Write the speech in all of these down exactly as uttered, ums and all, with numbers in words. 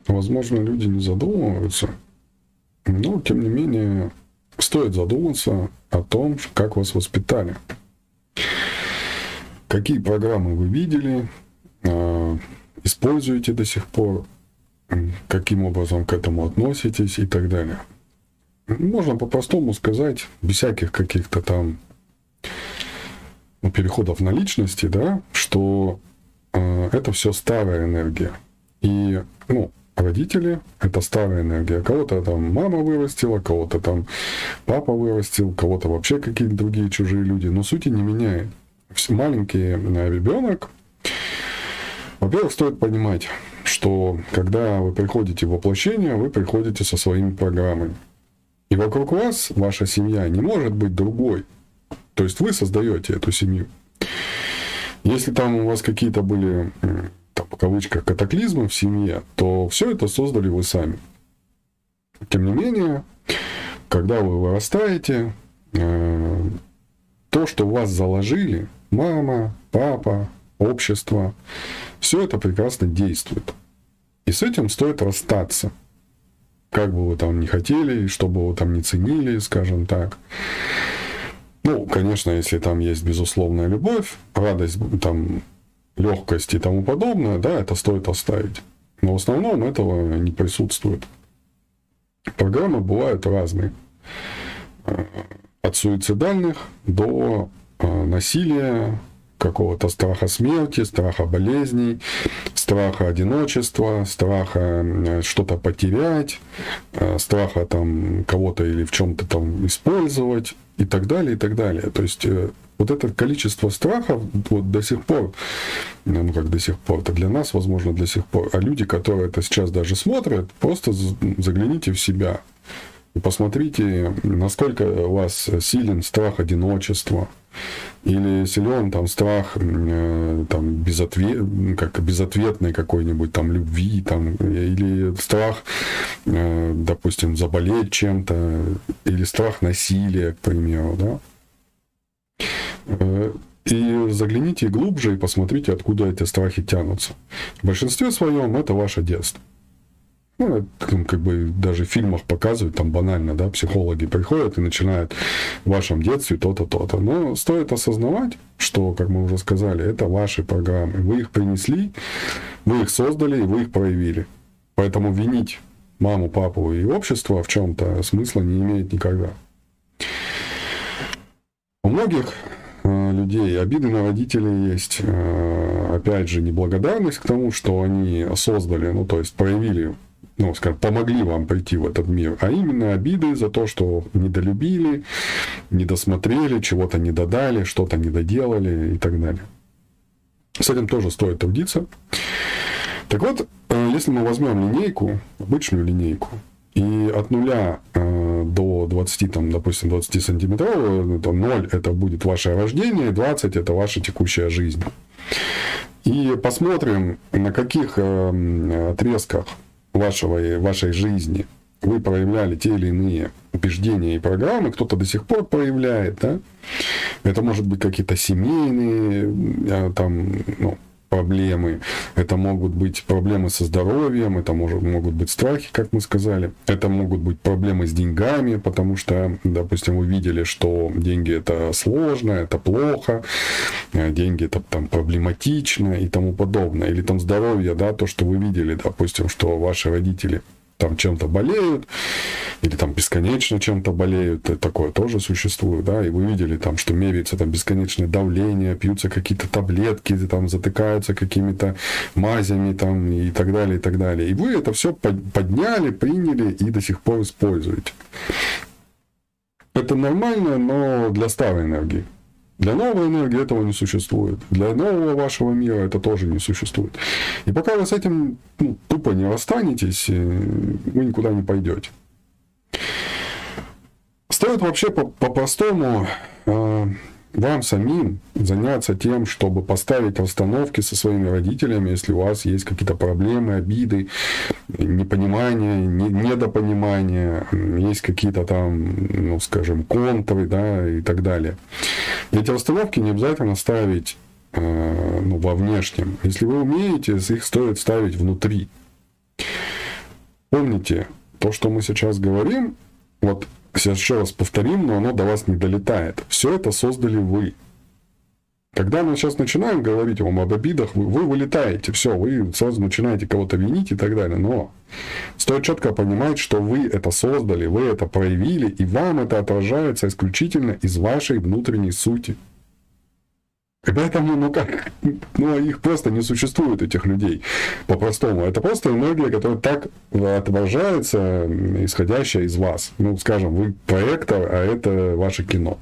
возможно, люди не задумываются, но, тем не менее, стоит задуматься о том, как вас воспитали. Какие программы вы видели, используете до сих пор, каким образом к этому относитесь и так далее. Можно по-простому сказать, без всяких каких-то там ну, переходов на личности, да, что э, это все старая энергия. И, ну, родители — это старая энергия. Кого-то там мама вырастила, кого-то там папа вырастил, кого-то вообще какие-то другие чужие люди. Но сути не меняет. Маленький ребенок, во-первых, стоит понимать, что когда вы приходите в воплощение, вы приходите со своими программами. И вокруг вас ваша семья не может быть другой. То есть вы создаете эту семью. Если там у вас какие-то были, там, в кавычках, катаклизмы в семье, то все это создали вы сами. Тем не менее, когда вы вырастаете, то, что в вас заложили, мама, папа, общество, все это прекрасно действует. И с этим стоит расстаться. Как бы вы там ни хотели, что бы вы там ни ценили, скажем так. Ну, конечно, если там есть безусловная любовь, радость, там, легкость и тому подобное, да, это стоит оставить. Но в основном этого не присутствует. Программы бывают разные. От суицидальных до насилия, какого-то страха смерти, страха болезней, страха одиночества, страха что-то потерять, страха там кого-то или в чем-то там использовать и так далее, и так далее. То есть вот это количество страхов вот до сих пор, ну как до сих пор, это для нас, возможно, до сих пор, а люди, которые это сейчас даже смотрят, просто загляните в себя и посмотрите, насколько у вас силен страх одиночества, или силен там страх там, безответ, как безответной какой-нибудь там любви, там, или страх, допустим, заболеть чем-то, или страх насилия, к примеру, да. И загляните глубже и посмотрите, откуда эти страхи тянутся. В большинстве своем это ваше детство. Ну, как бы даже в фильмах показывают, там банально, да, психологи приходят и начинают в вашем детстве то-то, то-то. Но стоит осознавать, что, как мы уже сказали, это ваши программы. Вы их принесли, вы их создали, и вы их проявили. Поэтому винить маму, папу и общество в чем-то смысла не имеет никогда. У многих людей обиды на родителей есть, опять же, неблагодарность к тому, что они создали, ну, то есть проявили, ну, скажем, помогли вам прийти в этот мир, а именно обиды за то, что недолюбили, недосмотрели, чего-то не додали, что-то не доделали и так далее. С этим тоже стоит трудиться. Так вот, если мы возьмем линейку, обычную линейку, и от нуля до двадцати, там, допустим, двадцати сантиметров, то ноль это будет ваше рождение, двадцать это ваша текущая жизнь. И посмотрим, на каких отрезках вашего, вашей жизни вы проявляли те или иные убеждения и программы, кто-то до сих пор проявляет, да? Это может быть какие-то семейные там, ну, проблемы, это могут быть проблемы со здоровьем, это может, могут быть страхи, как мы сказали, это могут быть проблемы с деньгами, потому что, допустим, вы видели, что деньги это сложно, это плохо, деньги это там проблематично и тому подобное, или там здоровье, да, то, что вы видели, допустим, что ваши родители там чем-то болеют, или там бесконечно чем-то болеют, такое тоже существует, да, и вы видели там, что меряется там бесконечное давление, пьются какие-то таблетки, там затыкаются какими-то мазями там и так далее, и так далее. И вы это все подняли, приняли и до сих пор используете. Это нормально, но для старой энергии. Для новой энергии этого не существует. Для нового вашего мира это тоже не существует. И пока вы с этим ну, тупо не расстанетесь, вы никуда не пойдете. Стоит вообще по-простому э, вам самим заняться тем, чтобы поставить расстановки со своими родителями, если у вас есть какие-то проблемы, обиды, непонимание, недопонимание, есть какие-то там, ну, скажем, контры, да, и так далее. И эти расстановки не обязательно ставить э, ну, во внешнем. Если вы умеете, их стоит ставить внутри. помните, то, что мы сейчас говорим, вот сейчас еще раз повторим, но оно до вас не долетает. Все это создали вы. Когда мы сейчас начинаем говорить вам об обидах, вы, вы вылетаете, все, вы сразу начинаете кого-то винить и так далее. Но стоит четко понимать, что вы это создали, вы это проявили, и вам это отражается исключительно из вашей внутренней сути. И поэтому, ну как, ну их просто не существует, этих людей, по-простому. Это просто энергия, которая так отображается, исходящая из вас. Ну, скажем, вы проектор, а это ваше кино.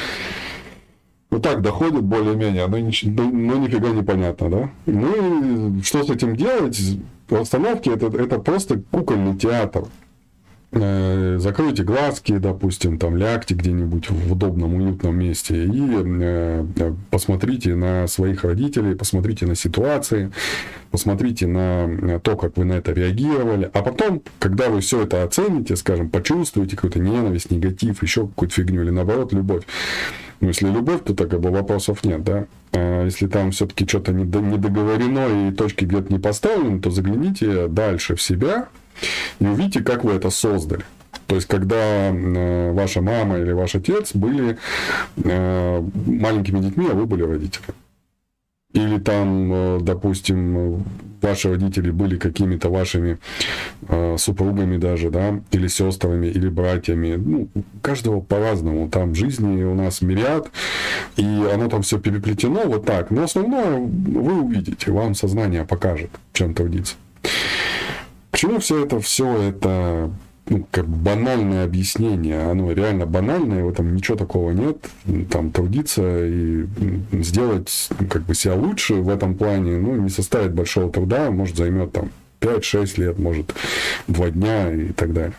Вот так доходит более-менее, но, но нифига не понятно, да? Ну и что с этим делать? В обстановке это, это просто кукольный театр. Закройте глазки, допустим, там лягте где-нибудь в удобном, уютном месте и посмотрите на своих родителей, посмотрите на ситуации, посмотрите на то, как вы на это реагировали. А потом, когда вы все это оцените, скажем, почувствуете какую-то ненависть, негатив, еще какую-то фигню, или наоборот, любовь. Ну, если любовь, то так как бы вопросов нет, да. А если там все-таки что-то не договорено и точки где-то не поставлены, то загляните дальше в себя и увидите, как вы это создали. То есть, когда э, ваша мама или ваш отец были э, маленькими детьми, а вы были родителями. Или там, э, допустим, ваши родители были какими-то вашими э, супругами даже, да, или сестрами, или братьями. Ну, у каждого по-разному. Там в жизни у нас мириад, и оно там все переплетено вот так. Но основное вы увидите, вам сознание покажет, в чем трудиться. Почему все это, все это, ну, как банальное объяснение, оно реально банальное, в этом ничего такого нет, там трудиться и сделать как бы себя лучше в этом плане, ну, не составит большого труда, может, займет там пять-шесть лет, может, два дня и так далее.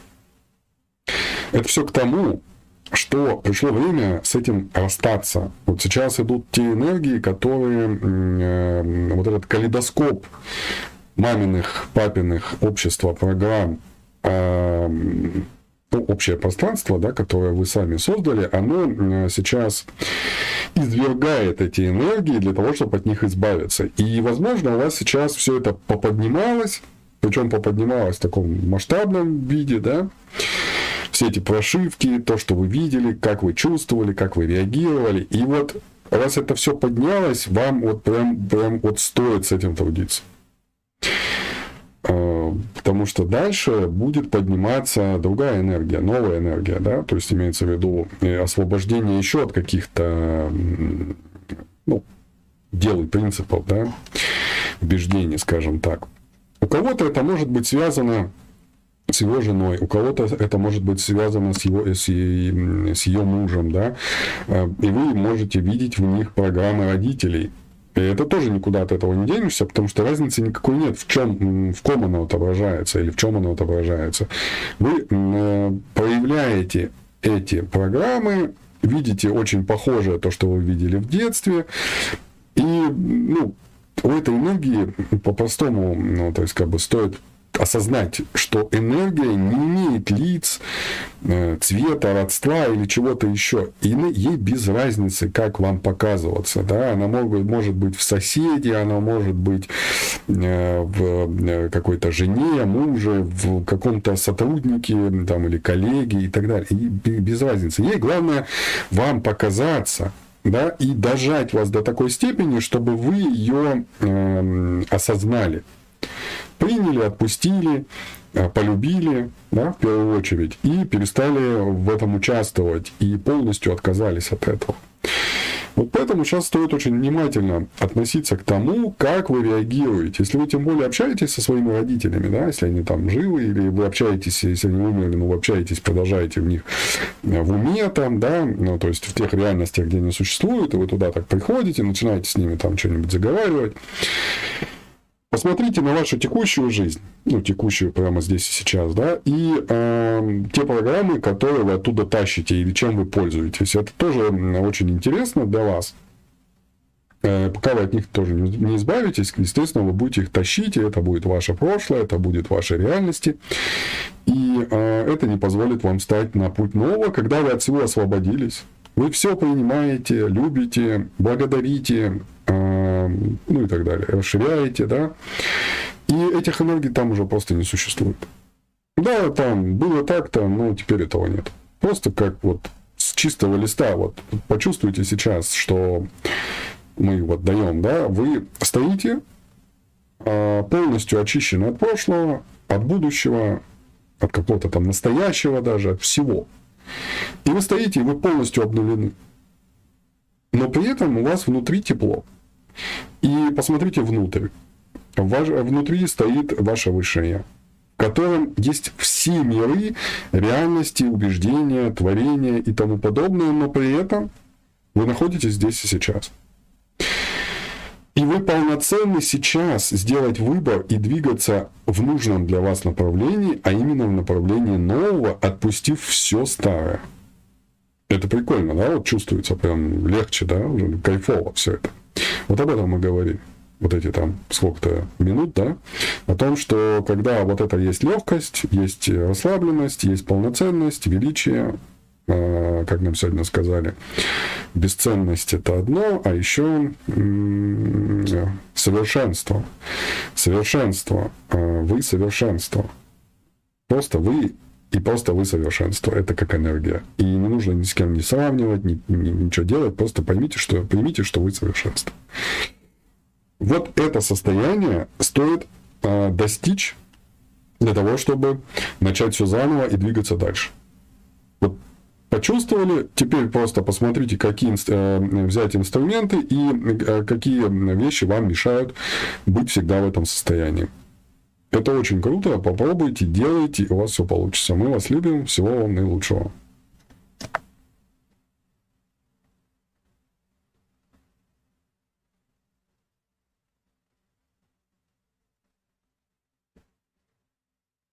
Это все к тому, что пришло время с этим расстаться. Вот сейчас идут те энергии, которые, э, вот этот калейдоскоп маминых, папиных, общества, программ, э, ну, общее пространство, да, которое вы сами создали, оно сейчас извергает эти энергии для того, чтобы от них избавиться. И, возможно, у вас сейчас все это поподнималось, причем поподнималось в таком масштабном виде, да, все эти прошивки, то, что вы видели, как вы чувствовали, как вы реагировали. И вот раз это все поднялось, вам вот прям, прям вот стоит с этим трудиться. Потому что дальше будет подниматься другая энергия, новая энергия, да, то есть имеется в виду освобождение еще от каких-то, ну, дел и принципов, да, убеждений, скажем так. У кого-то это может быть связано с его женой, у кого-то это может быть связано с его, с, с ее мужем, да, и вы можете видеть в них программы родителей. И это тоже никуда от этого не денешься, потому что разницы никакой нет, в чем, в ком оно отображается или в чем оно отображается. Вы э, проявляете эти программы, видите очень похожее то, что вы видели в детстве, и, ну, у этой энергии по-простому, ну, то есть как бы стоит осознать, что энергия не имеет лиц, цвета, родства или чего-то еще. И ей без разницы, как вам показываться. Да? Она может быть в соседе, она может быть в какой-то жене, муже, в каком-то сотруднике там, или коллеге и так далее. И без разницы. Ей главное вам показаться. Да, и дожать вас до такой степени, чтобы вы ее э, осознали. Приняли, отпустили, полюбили, да, в первую очередь, и перестали в этом участвовать, и полностью отказались от этого. Вот поэтому сейчас стоит очень внимательно относиться к тому, как вы реагируете. Если вы тем более общаетесь со своими родителями, да, если они там живы, или вы общаетесь, если они умерли, но вы общаетесь, продолжаете в них в уме там, да, ну, то есть в тех реальностях, где они существуют, и вы туда так приходите, начинаете с ними там что-нибудь заговаривать. Посмотрите на вашу текущую жизнь, ну, текущую прямо здесь и сейчас, да, и э, те программы, которые вы оттуда тащите или чем вы пользуетесь. Это тоже очень интересно для вас. Э, пока вы от них тоже не избавитесь, естественно, вы будете их тащить, и это будет ваше прошлое, это будет ваши реальности. И э, это не позволит вам стать на путь нового, когда вы от всего освободились. Вы все принимаете, любите, благодарите, э, ну и так далее, расширяете, да. И этих энергий там уже просто не существует. Да, там было так-то, но теперь этого нет. Просто как вот с чистого листа, вот почувствуйте сейчас, что мы вот даем, да, вы стоите полностью очищены от прошлого, от будущего, от какого-то там настоящего даже, от всего. И вы стоите, и вы полностью обнулены. Но при этом у вас внутри тепло. И посмотрите внутрь. Ваш, внутри стоит ваше высшее я, в котором есть все миры, реальности, убеждения, творения и тому подобное, но при этом вы находитесь здесь и сейчас. И вы полноценны сейчас сделать выбор и двигаться в нужном для вас направлении, а именно в направлении нового, отпустив все старое. Это прикольно, да? Вот чувствуется прям легче, да? Кайфово все это. Вот об этом мы говорили. Вот эти там сколько-то минут, да? О том, что когда вот это есть легкость, есть расслабленность, есть полноценность, величие, как нам сегодня сказали, бесценность — это одно, а еще совершенство. Совершенство. Вы совершенство. Просто вы и просто вы совершенство. Это как энергия. И не нужно ни с кем не сравнивать, ни, ни, ничего делать. Просто поймите, что, поймите, что вы совершенство. Вот это состояние стоит а, достичь для того, чтобы начать все заново и двигаться дальше. Вот почувствовали, теперь просто посмотрите, какие э, взять инструменты и э, какие вещи вам мешают быть всегда в этом состоянии. Это очень круто, попробуйте, делайте, и у вас все получится. Мы вас любим, всего вам наилучшего.